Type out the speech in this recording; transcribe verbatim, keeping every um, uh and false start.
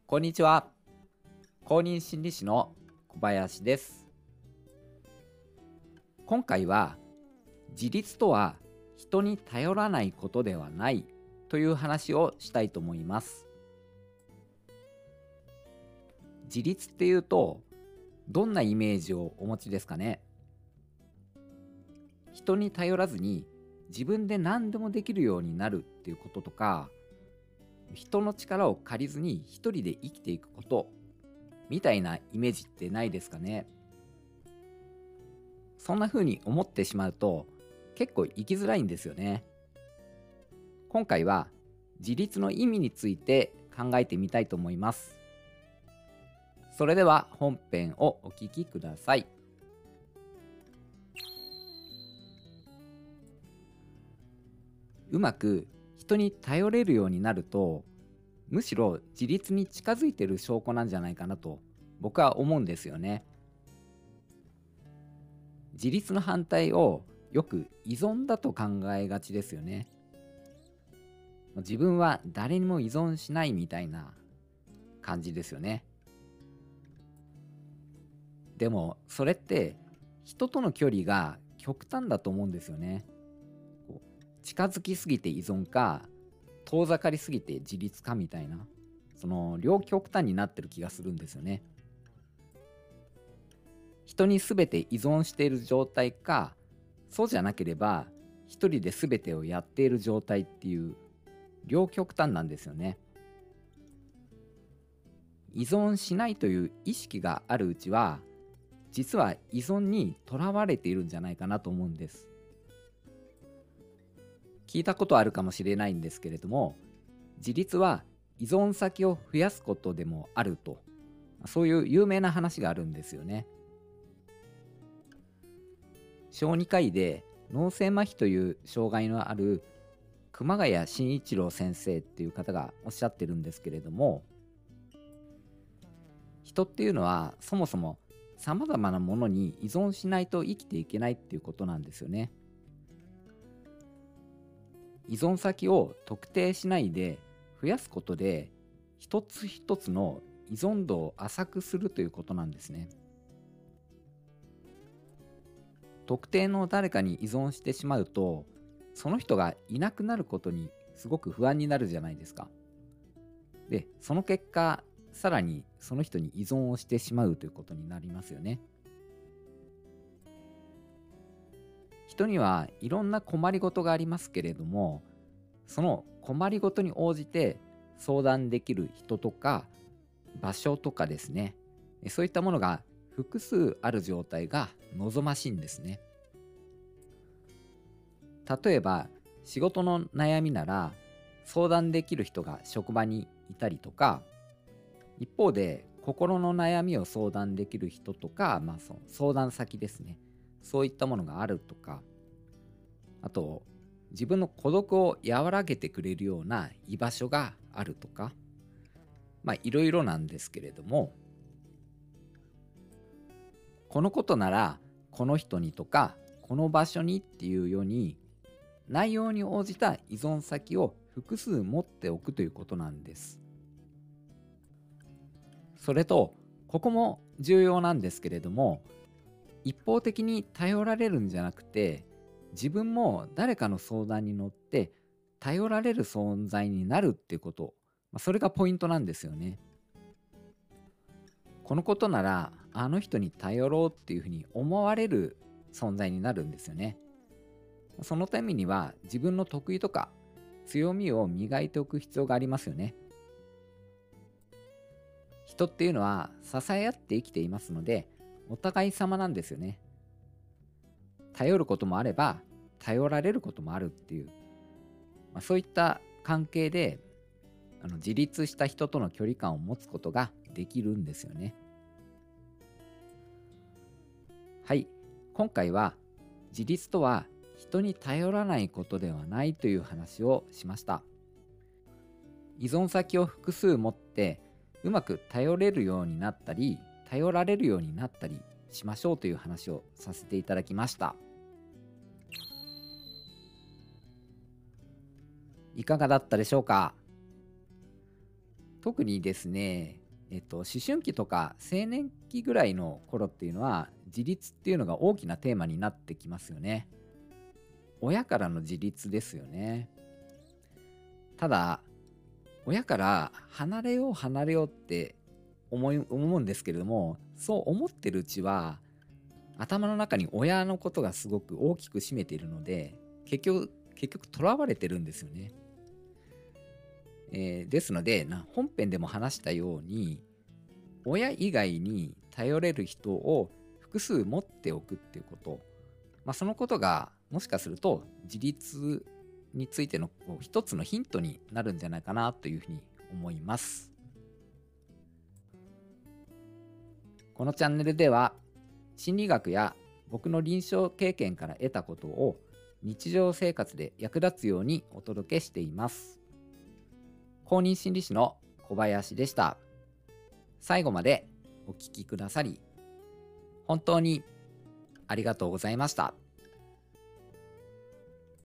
こんにちは。公認心理師の小林です。今回は自立とは人に頼らないことではないという話をしたいと思います。自立っていうとどんなイメージをお持ちですかね。人に頼らずに自分で何でもできるようになるっていうこととか、人の力を借りずに一人で生きていくことみたいなイメージってないですかね。そんな風に思ってしまうと結構生きづらいんですよね。今回は自立の意味について考えてみたいと思います。それでは本編をお聞きください。うまく人に頼れるようになると、むしろ自立に近づいている証拠なんじゃないかなと僕は思うんですよね。自立の反対をよく依存だと考えがちですよね。自分は誰にも依存しないみたいな感じですよね。でもそれって人との距離が極端だと思うんですよね。こう近づきすぎて依存か、遠ざかりすぎて自立かみたいな、その両極端になってる気がするんですよね。人に全て依存している状態か、そうじゃなければ一人で全てをやっている状態っていう両極端なんですよね。依存しないという意識があるうちは、実は依存にとらわれているんじゃないかなと思うんです。聞いたことあるかもしれないんですけれども、自立は依存先を増やすことでもあると、そういう有名な話があるんですよね。小児科医で脳性麻痺という障害のある熊谷慎一郎先生っていう方がおっしゃってるんですけれども、人っていうのはそもそもさまざまなものに依存しないと生きていけないっていうことなんですよね。依存先を特定しないで増やすことで、一つ一つの依存度を浅くするということなんですね。特定の誰かに依存してしまうと、その人がいなくなることにすごく不安になるじゃないですか。で、その結果、さらにその人に依存をしてしまうということになりますよね。人にはいろんな困りごとがありますけれども、その困りごとに応じて相談できる人とか場所とかですね、そういったものが複数ある状態が望ましいんですね。例えば仕事の悩みなら相談できる人が職場にいたりとか、一方で心の悩みを相談できる人とか、まあ、その相談先ですね、そういったものがあるとか、あと自分の孤独を和らげてくれるような居場所があるとか、まあいろいろなんですけれども、このことならこの人にとかこの場所にっていうように、内容に応じた依存先を複数持っておくということなんです。それとここも重要なんですけれども、一方的に頼られるんじゃなくて、自分も誰かの相談に乗って頼られる存在になるっていうこと、まあそれがポイントなんですよね。このことならあの人に頼ろうっていうふうに思われる存在になるんですよね。そのためには自分の得意とか強みを磨いておく必要がありますよね。人っていうのは支え合って生きていますので、お互い様なんですよね。頼ることもあれば頼られることもあるっていう、まあ、そういった関係であの自立した人との距離感を持つことができるんですよね。はい、今回は自立とは人に頼らないことではないという話をしました。依存先を複数持ってうまく頼れるようになったり頼られるようになったりしましょうという話をさせていただきました。いかがだったでしょうか。 特にですね、えっと、思春期とか青年期ぐらいの頃っていうのは、自立っていうのが大きなテーマになってきますよね。親からの自立ですよね。ただ、親から離れよう離れようって思い思うんですけれども、そう思ってるうちは、頭の中に親のことがすごく大きく占めているので、結局、結局囚われてるんですよね。えーですのでな、本編でも話したように、親以外に頼れる人を複数持っておくっていうこと、まあ、そのことがもしかすると自立についてのこう一つのヒントになるんじゃないかなというふうに思います。このチャンネルでは心理学や僕の臨床経験から得たことを日常生活で役立つようにお届けしています。公認心理師の小林でした。最後までお聞きくださり本当にありがとうございました。